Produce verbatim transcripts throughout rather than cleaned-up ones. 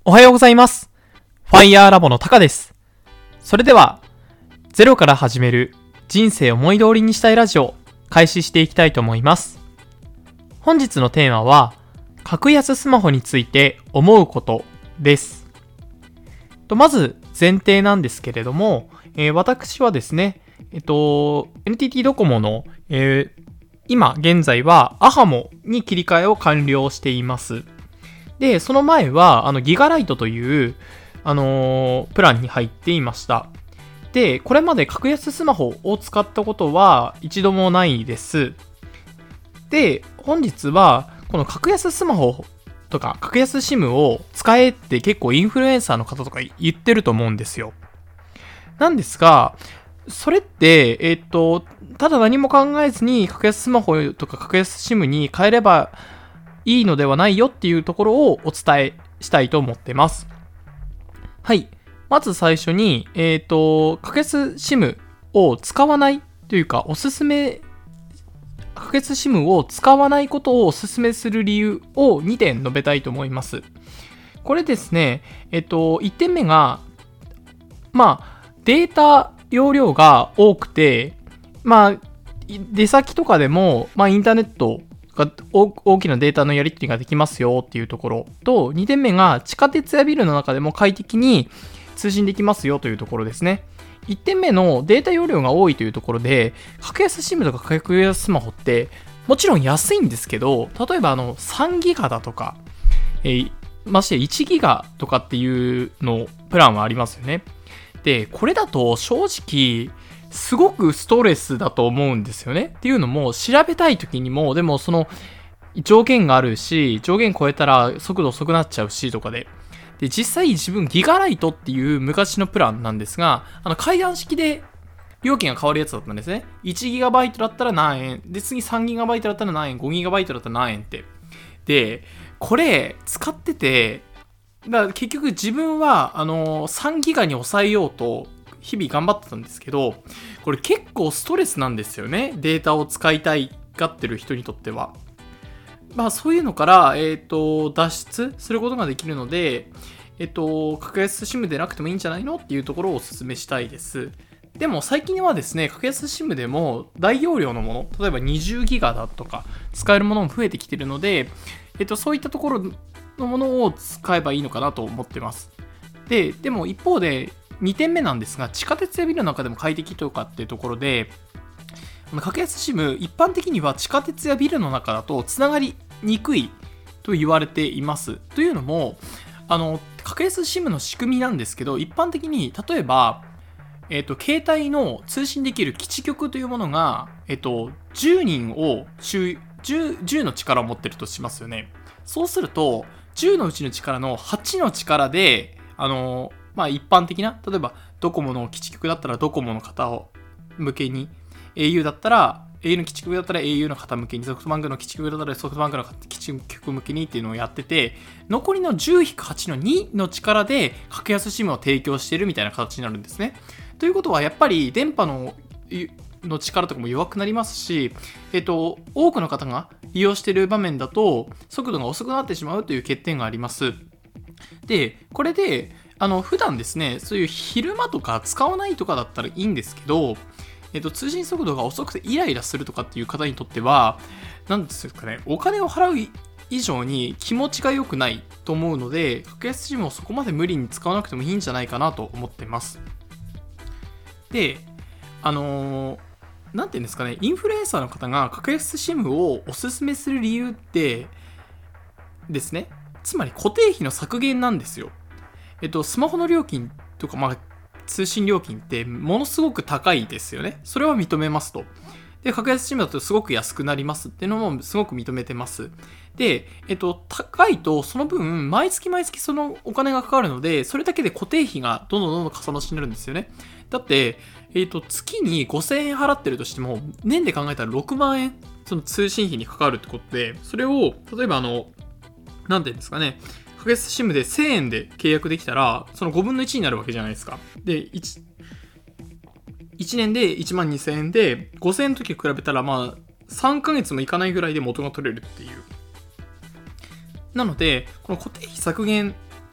おはようございます。ファイヤーラボのタカです。それでは、ゼロから始める人生を思い通りにしたいラジオ、開始していきたいと思います。本日のテーマは、格安スマホについて思うことです。とまず前提なんですけれども、えー、私はですね、えっと、エヌティーティー ドコモの、えー、今現在はアハモに切り替えを完了しています。で、その前は、あの、ギガライトという、あのー、プランに入っていました。で、これまで格安スマホを使ったことは一度もないです。で、本日は、この格安スマホとか、格安 SIM を使えって結構インフルエンサーの方とか言ってると思うんですよ。なんですが、それって、えっと、ただ何も考えずに格安スマホとか格安 SIM に変えればいいのではないよっていうところをお伝えしたいと思ってます。はい。まず最初に、えっと、格安 SIM を使わないというか、おすすめ、格安 SIM を使わないことをおすすめする理由をにてん述べたいと思います。これですね、えっと、いってんめが、まあ、データ容量が多くて、まあ、出先とかでも、まあ、インターネットが大きなデータのやり取りができますよっていうところと、にてんめが地下鉄やビルの中でも快適に通信できますよというところですね。いってんめのデータ容量が多いというところで、格安 SIM とか格安スマホってもちろん安いんですけど、例えばあのさんギガだとか、えー、ましていちギガとかっていうのプランはありますよね。で、これだと正直すごくストレスだと思うんですよね。っていうのも、調べたい時にも、でもその条件があるし、上限超えたら速度遅くなっちゃうしとかで。で、実際自分ギガライトっていう昔のプランなんですが、あの階段式で料金が変わるやつだったんですね。いちギガバイト だったら何円。で、次 さんギガバイト だったら何円。ごギガバイト だったら何円って。で、これ使ってて、だから結局自分はあのさんギガに抑えようと日々頑張ってたんですけど、これ結構ストレスなんですよね。データを使いたいがってる人にとっては。まあそういうのから、えっと、脱出することができるので、えっと、格安 SIM でなくてもいいんじゃないのっていうところをお勧めしたいです。でも最近はですね、格安 SIM でも大容量のもの、例えばにじゅうギガだとか使えるものも増えてきてるので、えっと、そういったところのものを使えばいいのかなと思ってます。で、でも一方で、にてんめなんですが、地下鉄やビルの中でも快適とかっていうところで、格安 SIM、一般的には地下鉄やビルの中だとつながりにくいと言われています。というのも、あの、格安 SIM の仕組みなんですけど、一般的に、例えば、えっと、携帯の通信できる基地局というものが、えっと、じゅうにんを10、10の力を持ってるとしますよね。そうすると、じゅうのうちの力のはちの力で、あの、まあ一般的な、例えばドコモの基地局だったらドコモの方を向けに、au だったら au の基地局だったら au の方向けに、ソフトバンクの基地局だったらソフトバンクの基地局向けにっていうのをやってて、残りの じゅうはちのにの力で格安 SIM を提供しているみたいな形になるんですね。ということはやっぱり電波のの力とかも弱くなりますし、えっと、多くの方が利用している場面だと速度が遅くなってしまうという欠点があります。で、これであの普段ですね、そういう昼間とか使わないとかだったらいいんですけど、えっと、通信速度が遅くてイライラするとかっていう方にとっては、なんですかね、お金を払う以上に気持ちが良くないと思うので、格安 SIM をそこまで無理に使わなくてもいいんじゃないかなと思ってます。で、あのー、なんていうんですかね、インフルエンサーの方が格安 SIM をおすすめする理由ってですね、つまり固定費の削減なんですよ。えっと、スマホの料金とか、まあ、通信料金ってものすごく高いですよね。それは認めますと。で、格安 SIM だとすごく安くなりますっていうのもすごく認めてます。で、えっと、高いとその分、毎月毎月そのお金がかかるので、それだけで固定費がどんどんどんどんかさ増しになるんですよね。だって、えっと、月にごせんえん払ってるとしても、年で考えたらろくまんえん、その通信費にかかるってことで、それを、例えばあの、なんていうんですかね、格安 SIM でせんえんで契約できたら、そのごぶんのいちになるわけじゃないですか。で、1、いちねんでいちまんにせんえんで、ごせんえんの時比べたら、まあ、さんかげつもいかないぐらいで元が取れるっていう。なので、この固定費削減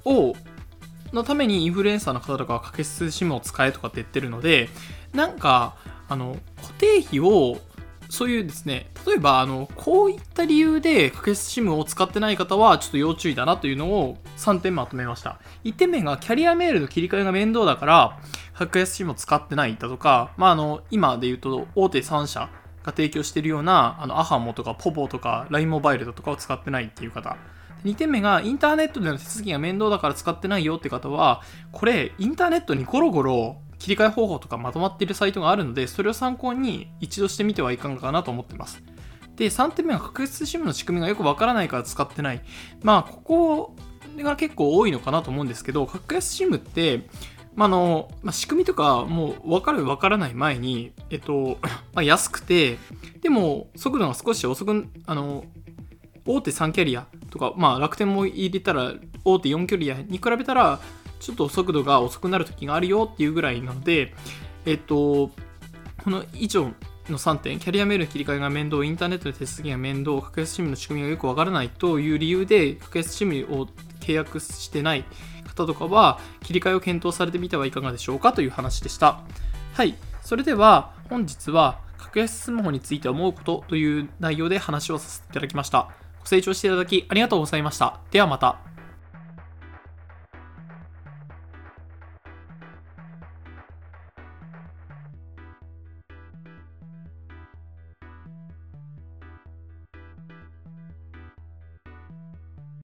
をのためにインフルエンサーの方とかは格安 SIM を使えとかって言ってるので、なんかあの固定費をそういうですね、例えばあのこういった理由で格安 SIM を使ってない方はちょっと要注意だなというのをさんてんまとめました。いってんめがキャリアメールの切り替えが面倒だから格安 SIM を使ってないだとか、まあ、あの今で言うと大手さん社が提供しているようなあのアハモとかポポとか ライン モバイルだとかを使ってないっていう方、にてんめがインターネットでの手続きが面倒だから使ってないよって方は、これインターネットにゴロゴロ切り替え方法とかまとまっているサイトがあるので、それを参考に一度してみてはいかがかなと思ってます。で、さんてんめは格安 SIM の仕組みがよくわからないから使ってない。まあここが結構多いのかなと思うんですけど、格安 SIM ってまあのまあ、仕組みとかもう分かる分からない前に、えっとまあ、安くてでも速度が少し遅く、あの大手さんキャリアとか、まあ、楽天も入れたら大手よんキャリアに比べたらちょっと速度が遅くなる時があるよっていうぐらいなので、えっとこの以上のさんてん、キャリアメールの切り替えが面倒、インターネットで手続きが面倒、格安 SIM の仕組みがよくわからないという理由で格安 SIM を契約してない方とかは切り替えを検討されてみてはいかがでしょうかという話でした。はい、それでは本日は格安スマホについて思うことという内容で話をさせていただきました。ご清聴していただきありがとうございました。ではまた。